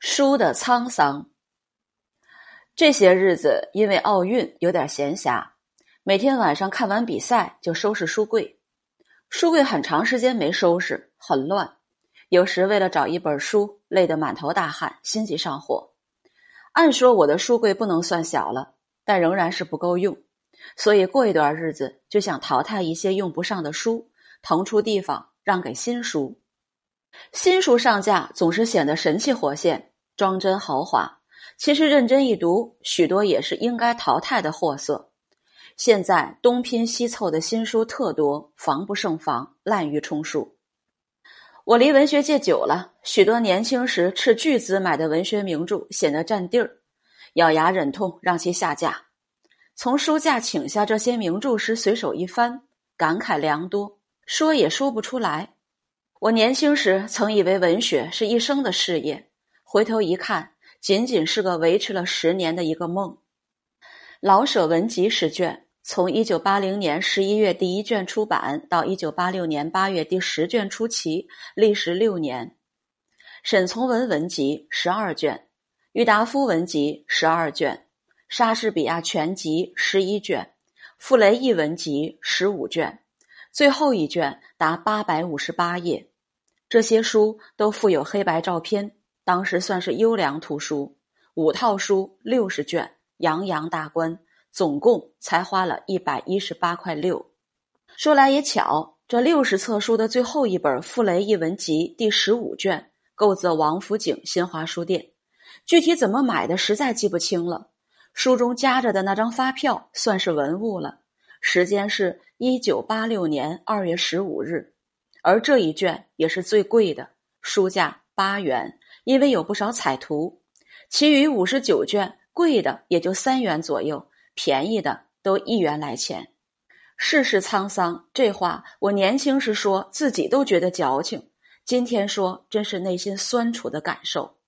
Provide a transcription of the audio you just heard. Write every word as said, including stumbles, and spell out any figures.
书的沧桑。这些日子因为奥运有点闲暇，每天晚上看完比赛就收拾书柜。书柜很长时间没收拾，很乱，有时为了找一本书累得满头大汗，心急上火。按说我的书柜不能算小了，但仍然是不够用，所以过一段日子就想淘汰一些用不上的书，腾出地方让给新书。新书上架总是显得神气活现，装帧豪华，其实认真一读，许多也是应该淘汰的货色。现在东拼西凑的新书特多，防不胜防，滥竽充数。我离文学界久了，许多年轻时斥巨资买的文学名著显得占地儿，咬牙忍痛让其下架。从书架请下这些名著时，随手一翻，感慨良多，说也说不出来。我年轻时曾以为文学是一生的事业，回头一看，仅仅是个维持了十年的一个梦。老舍文集十卷，从一九八零年十一月第一卷出版到一九八六年八月第十卷出齐，历时六年。沈从文文集十二卷，郁达夫文集十二卷，莎士比亚全集十一卷，傅雷译文集十五卷，最后一卷达八百五十八页。这些书都附有黑白照片，当时算是优良图书。五套书六十卷，洋洋大观，总共才花了一百一十八块六。说来也巧，这六十册书的最后一本傅雷译文集第十五卷购自王府井新华书店，具体怎么买的实在记不清了。书中夹着的那张发票算是文物了，时间是一九八六年二月十五日。而这一卷也是最贵的，书价八元，因为有不少彩图。其余五十九卷贵的也就三元左右，便宜的都一元来钱。世事沧桑，这话我年轻时说自己都觉得矫情，今天说真是内心酸楚的感受。